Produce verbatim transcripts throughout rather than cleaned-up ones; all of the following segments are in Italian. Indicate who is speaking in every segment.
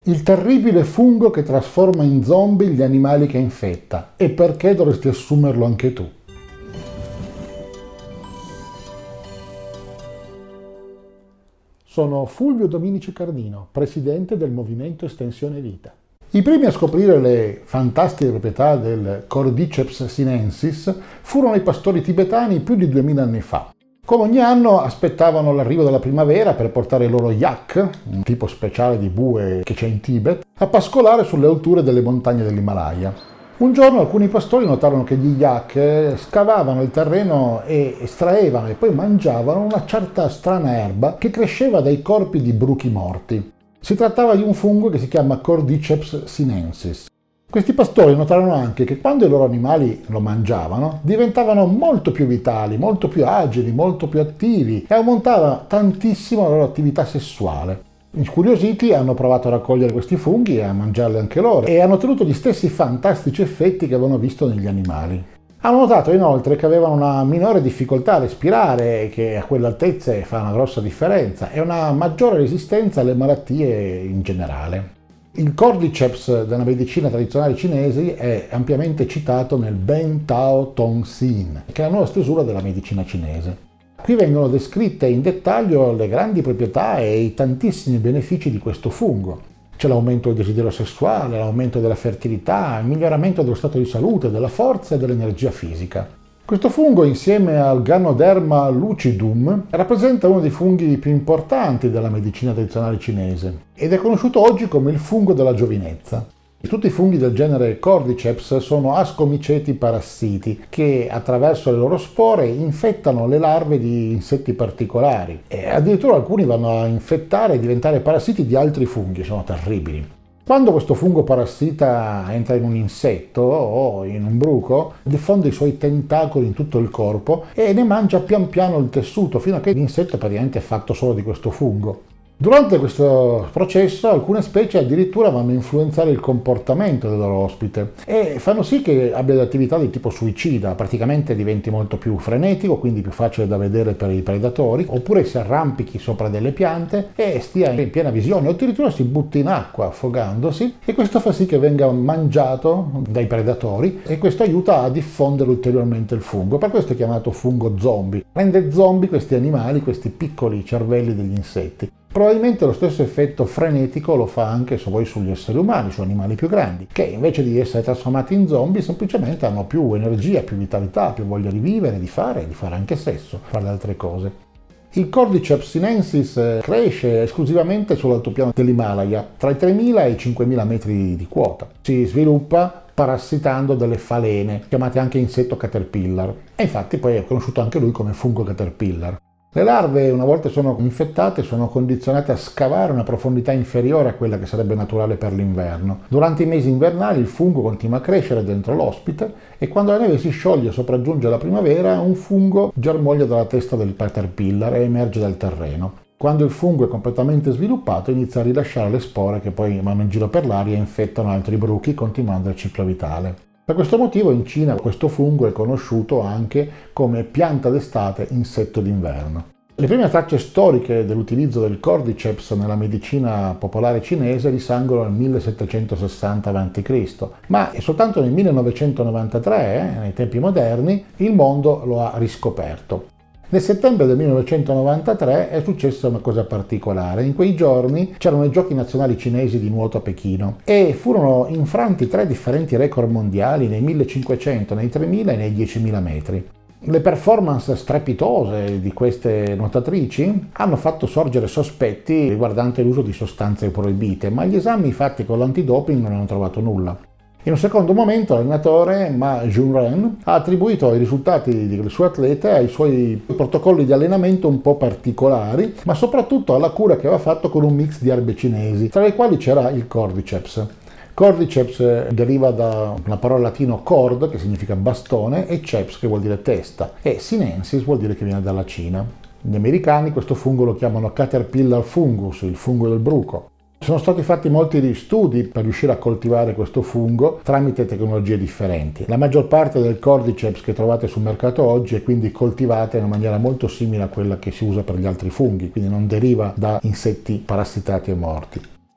Speaker 1: Il terribile fungo che trasforma in zombie gli animali che infetta. E perché dovresti assumerlo anche tu? Sono Fulvio Dominici Cardino, presidente del Movimento Estensione Vita. I primi a scoprire le fantastiche proprietà del Cordyceps sinensis furono i pastori tibetani più di duemila anni fa. Come ogni anno aspettavano l'arrivo della primavera per portare i loro yak, un tipo speciale di bue che c'è in Tibet, a pascolare sulle alture delle montagne dell'Himalaya. Un giorno alcuni pastori notarono che gli yak scavavano il terreno e estraevano e poi mangiavano una certa strana erba che cresceva dai corpi di bruchi morti. Si trattava di un fungo che si chiama Cordyceps sinensis. Questi pastori notarono anche che quando i loro animali lo mangiavano diventavano molto più vitali, molto più agili, molto più attivi e aumentava tantissimo la loro attività sessuale. Incuriositi hanno provato a raccogliere questi funghi e a mangiarli anche loro e hanno ottenuto gli stessi fantastici effetti che avevano visto negli animali. Hanno notato inoltre che avevano una minore difficoltà a respirare, che a quelle altezze fa una grossa differenza, e una maggiore resistenza alle malattie in generale. Il Cordyceps della medicina tradizionale cinese è ampiamente citato nel Ben Tao Tong Sin, che è la nuova stesura della medicina cinese. Qui vengono descritte in dettaglio le grandi proprietà e i tantissimi benefici di questo fungo. C'è l'aumento del desiderio sessuale, l'aumento della fertilità, il miglioramento dello stato di salute, della forza e dell'energia fisica. Questo fungo, insieme al Ganoderma lucidum, rappresenta uno dei funghi più importanti della medicina tradizionale cinese ed è conosciuto oggi come il fungo della giovinezza. Tutti i funghi del genere Cordyceps sono ascomiceti parassiti che attraverso le loro spore infettano le larve di insetti particolari e addirittura alcuni vanno a infettare e diventare parassiti di altri funghi, sono terribili. Quando questo fungo parassita entra in un insetto o in un bruco, diffonde i suoi tentacoli in tutto il corpo e ne mangia pian piano il tessuto fino a che l'insetto praticamente è fatto solo di questo fungo. Durante questo processo alcune specie addirittura vanno a influenzare il comportamento del loro ospite e fanno sì che abbia delle attività di tipo suicida, praticamente diventi molto più frenetico, quindi più facile da vedere per i predatori, oppure si arrampichi sopra delle piante e stia in piena visione, o addirittura si butti in acqua affogandosi, e questo fa sì che venga mangiato dai predatori e questo aiuta a diffondere ulteriormente il fungo. Per questo è chiamato fungo zombie, rende zombie questi animali, questi piccoli cervelli degli insetti. Probabilmente lo stesso effetto frenetico lo fa anche su voi sugli esseri umani, su animali più grandi, che invece di essere trasformati in zombie semplicemente hanno più energia, più vitalità, più voglia di vivere, di fare, di fare anche sesso, fra le altre cose. Il Cordyceps sinensis cresce esclusivamente sull'altopiano dell'Himalaya, tra i tremila e i cinquemila metri di quota. Si sviluppa parassitando delle falene, chiamate anche insetto caterpillar, e infatti poi è conosciuto anche lui come fungo caterpillar. Le larve, una volta sono infettate, sono condizionate a scavare a una profondità inferiore a quella che sarebbe naturale per l'inverno. Durante i mesi invernali il fungo continua a crescere dentro l'ospite e quando la neve si scioglie e sopraggiunge la primavera, un fungo germoglia dalla testa del caterpillar e emerge dal terreno. Quando il fungo è completamente sviluppato inizia a rilasciare le spore che poi vanno in giro per l'aria e infettano altri bruchi, continuando il ciclo vitale. Per questo motivo in Cina questo fungo è conosciuto anche come pianta d'estate, insetto d'inverno. Le prime tracce storiche dell'utilizzo del Cordyceps nella medicina popolare cinese risalgono al millesettecentosessanta avanti Cristo, ma è soltanto nel millenovecentonovantatré, eh, nei tempi moderni, il mondo lo ha riscoperto. Nel settembre del millenovecentonovantatré è successa una cosa particolare. In quei giorni c'erano i giochi nazionali cinesi di nuoto a Pechino e furono infranti tre differenti record mondiali nei millecinquecento, nei tremila e nei diecimila metri. Le performance strepitose di queste nuotatrici hanno fatto sorgere sospetti riguardanti l'uso di sostanze proibite, ma gli esami fatti con l'antidoping non hanno trovato nulla. In un secondo momento l'allenatore Ma Junren ha attribuito i risultati delle sue atlete ai suoi protocolli di allenamento un po' particolari, ma soprattutto alla cura che aveva fatto con un mix di erbe cinesi, tra le quali c'era il Cordyceps. Cordyceps deriva da una parola latino cord, che significa bastone, e ceps, che vuol dire testa, e sinensis vuol dire che viene dalla Cina. Gli americani questo fungo lo chiamano caterpillar fungus, il fungo del bruco. Sono stati fatti molti studi per riuscire a coltivare questo fungo tramite tecnologie differenti. La maggior parte del Cordyceps che trovate sul mercato oggi è quindi coltivata in una maniera molto simile a quella che si usa per gli altri funghi, quindi non deriva da insetti parassitati e morti.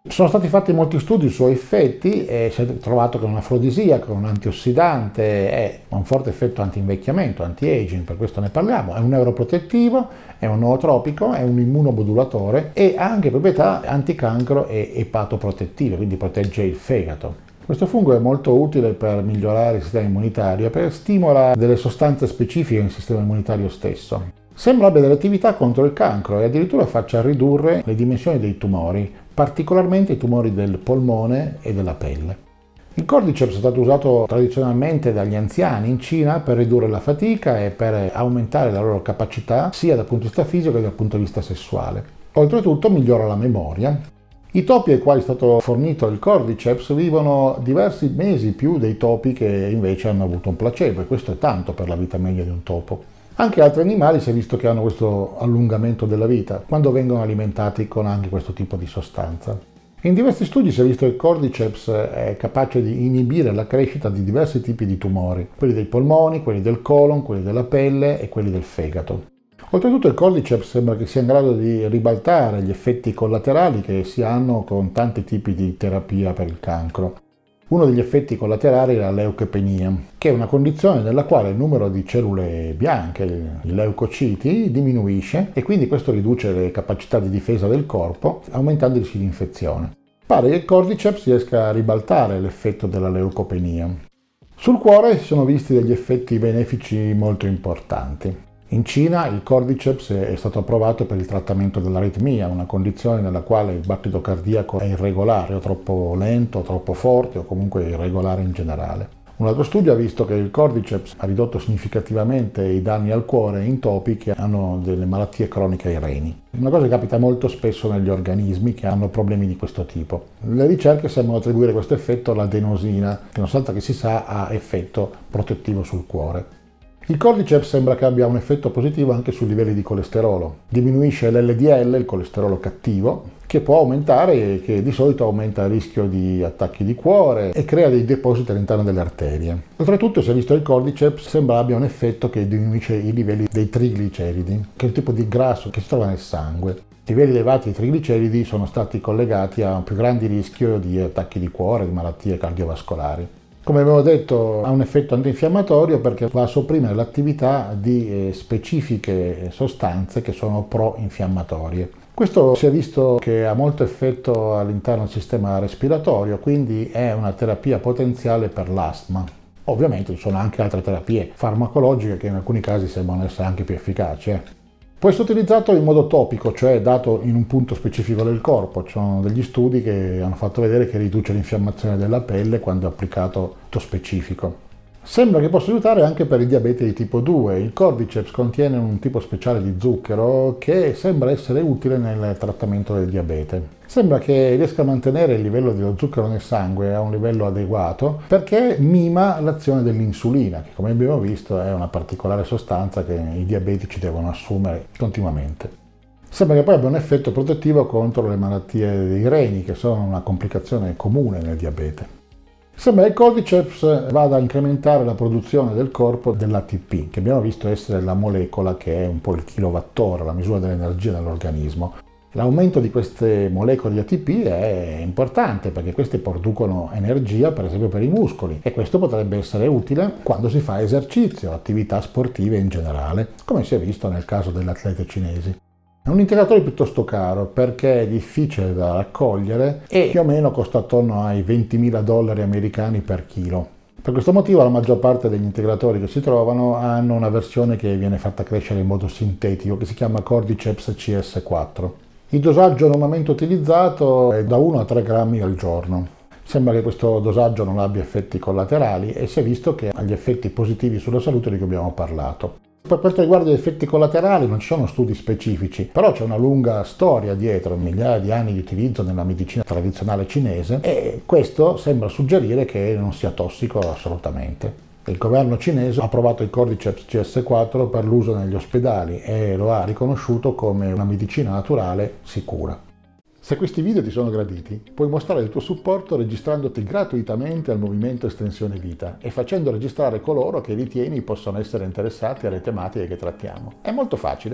Speaker 1: Sono stati fatti molti studi sui suoi effetti e si è trovato che è un afrodisiaco, un antiossidante, è un forte effetto anti-invecchiamento, anti-aging, per questo ne parliamo, è un neuroprotettivo, è un nootropico, è un immunomodulatore e ha anche proprietà anticancro e epatoprotettive, quindi protegge il fegato. Questo fungo è molto utile per migliorare il sistema immunitario perché stimola delle sostanze specifiche nel sistema immunitario stesso. Sembra abbia delle attività contro il cancro e addirittura faccia ridurre le dimensioni dei tumori, particolarmente i tumori del polmone e della pelle. Il Cordyceps è stato usato tradizionalmente dagli anziani in Cina per ridurre la fatica e per aumentare la loro capacità sia dal punto di vista fisico che dal punto di vista sessuale. Oltretutto migliora la memoria. I topi ai quali è stato fornito il Cordyceps vivono diversi mesi più dei topi che invece hanno avuto un placebo e questo è tanto per la vita media di un topo. Anche altri animali si è visto che hanno questo allungamento della vita quando vengono alimentati con anche questo tipo di sostanza. In diversi studi si è visto che il Cordyceps è capace di inibire la crescita di diversi tipi di tumori, quelli dei polmoni, quelli del colon, quelli della pelle e quelli del fegato. Oltretutto il Cordyceps sembra che sia in grado di ribaltare gli effetti collaterali che si hanno con tanti tipi di terapia per il cancro. Uno degli effetti collaterali è la leucopenia, che è una condizione nella quale il numero di cellule bianche, i leucociti, diminuisce e quindi questo riduce le capacità di difesa del corpo, aumentando il rischio di infezione. Pare che il Cordyceps riesca a ribaltare l'effetto della leucopenia. Sul cuore si sono visti degli effetti benefici molto importanti. In Cina il Cordyceps è stato approvato per il trattamento dell'aritmia, una condizione nella quale il battito cardiaco è irregolare, o troppo lento, o troppo forte, o comunque irregolare in generale. Un altro studio ha visto che il Cordyceps ha ridotto significativamente i danni al cuore in topi che hanno delle malattie croniche ai reni. Una cosa che capita molto spesso negli organismi che hanno problemi di questo tipo. Le ricerche sembrano attribuire questo effetto all'adenosina, che non salta che si sa ha effetto protettivo sul cuore. Il Cordyceps sembra che abbia un effetto positivo anche sui livelli di colesterolo. Diminuisce l'L D L, il colesterolo cattivo, che può aumentare e che di solito aumenta il rischio di attacchi di cuore e crea dei depositi all'interno delle arterie. Oltretutto si è visto che il Cordyceps sembra abbia un effetto che diminuisce i livelli dei trigliceridi, che è un tipo di grasso che si trova nel sangue. I livelli elevati di trigliceridi sono stati collegati a un più grande rischio di attacchi di cuore, di malattie cardiovascolari. Come avevo detto, ha un effetto antinfiammatorio perché va a sopprimere l'attività di specifiche sostanze che sono pro-infiammatorie. Questo si è visto che ha molto effetto all'interno del sistema respiratorio, quindi è una terapia potenziale per l'astma. Ovviamente ci sono anche altre terapie farmacologiche che in alcuni casi sembrano essere anche più efficaci. Eh. Può essere utilizzato in modo topico, cioè dato in un punto specifico del corpo. Ci sono degli studi che hanno fatto vedere che riduce l'infiammazione della pelle quando è applicato tutto specifico. Sembra che possa aiutare anche per il diabete di tipo due. Il Cordyceps contiene un tipo speciale di zucchero che sembra essere utile nel trattamento del diabete. Sembra che riesca a mantenere il livello dello zucchero nel sangue a un livello adeguato perché mima l'azione dell'insulina, che come abbiamo visto è una particolare sostanza che i diabetici devono assumere continuamente. Sembra che poi abbia un effetto protettivo contro le malattie dei reni, che sono una complicazione comune nel diabete. Sembra che il Cordyceps vada a incrementare la produzione del corpo dell'A T P, che abbiamo visto essere la molecola che è un po' il kilowattora, la misura dell'energia nell'organismo. L'aumento di queste molecole di A T P è importante perché queste producono energia per esempio per i muscoli e questo potrebbe essere utile quando si fa esercizio, attività sportive in generale, come si è visto nel caso delle atlete cinesi. È un integratore piuttosto caro perché è difficile da raccogliere e più o meno costa attorno ai ventimila dollari americani per chilo. Per questo motivo la maggior parte degli integratori che si trovano hanno una versione che viene fatta crescere in modo sintetico che si chiama Cordyceps C S quattro. Il dosaggio normalmente utilizzato è da uno a tre grammi al giorno. Sembra che questo dosaggio non abbia effetti collaterali e si è visto che ha gli effetti positivi sulla salute di cui abbiamo parlato. Per quanto riguarda gli effetti collaterali non ci sono studi specifici, però c'è una lunga storia dietro, migliaia di anni di utilizzo nella medicina tradizionale cinese e questo sembra suggerire che non sia tossico assolutamente. Il governo cinese ha approvato il Cordyceps C S quattro per l'uso negli ospedali e lo ha riconosciuto come una medicina naturale sicura. Se questi video ti sono graditi, puoi mostrare il tuo supporto registrandoti gratuitamente al Movimento Estensione Vita e facendo registrare coloro che ritieni possano essere interessati alle tematiche che trattiamo. È molto facile.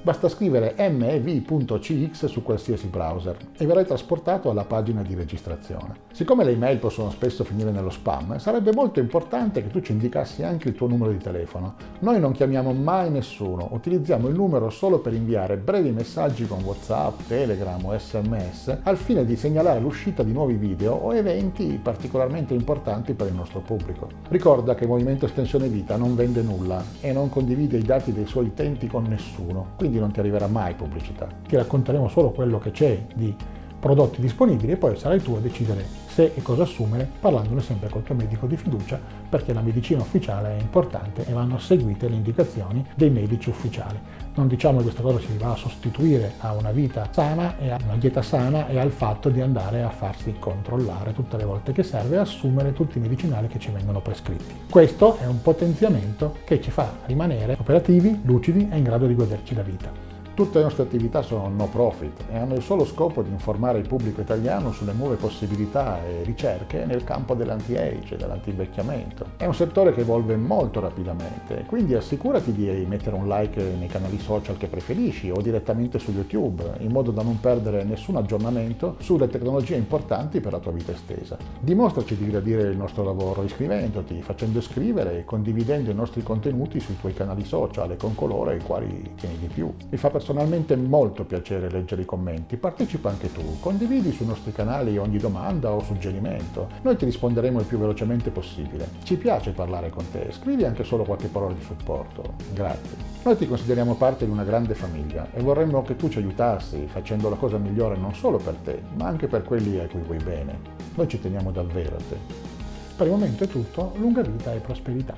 Speaker 1: Basta scrivere mev punto c x su qualsiasi browser e verrai trasportato alla pagina di registrazione. Siccome le email possono spesso finire nello spam, sarebbe molto importante che tu ci indicassi anche il tuo numero di telefono. Noi non chiamiamo mai nessuno, utilizziamo il numero solo per inviare brevi messaggi con WhatsApp, Telegram o S M S al fine di segnalare l'uscita di nuovi video o eventi particolarmente importanti per il nostro pubblico. Ricorda che il Movimento Estensione Vita non vende nulla e non condivide i dati dei suoi utenti con nessuno, quindi non ti arriverà mai pubblicità. Ti racconteremo solo quello che c'è di prodotti disponibili e poi sarai tu a decidere se e cosa assumere, parlandone sempre col tuo medico di fiducia, perché la medicina ufficiale è importante e vanno seguite le indicazioni dei medici ufficiali. Non diciamo che questa cosa si va a sostituire a una vita sana e a una dieta sana e al fatto di andare a farsi controllare tutte le volte che serve e assumere tutti i medicinali che ci vengono prescritti. Questo è un potenziamento che ci fa rimanere operativi, lucidi e in grado di goderci la vita. Tutte le nostre attività sono no profit e hanno il solo scopo di informare il pubblico italiano sulle nuove possibilità e ricerche nel campo dell'anti-age e dell'antivecchiamento. È un settore che evolve molto rapidamente, quindi assicurati di mettere un like nei canali social che preferisci o direttamente su YouTube, in modo da non perdere nessun aggiornamento sulle tecnologie importanti per la tua vita estesa. Dimostraci di gradire il nostro lavoro iscrivendoti, facendo iscrivere e condividendo i nostri contenuti sui tuoi canali social e con coloro ai quali tieni di più. Mi fa personalmente molto piacere leggere i commenti, partecipa anche tu, condividi sui nostri canali ogni domanda o suggerimento, noi ti risponderemo il più velocemente possibile. Ci piace parlare con te, scrivi anche solo qualche parola di supporto, grazie. Noi ti consideriamo parte di una grande famiglia e vorremmo che tu ci aiutassi facendo la cosa migliore non solo per te, ma anche per quelli a cui vuoi bene. Noi ci teniamo davvero a te. Per il momento è tutto, lunga vita e prosperità.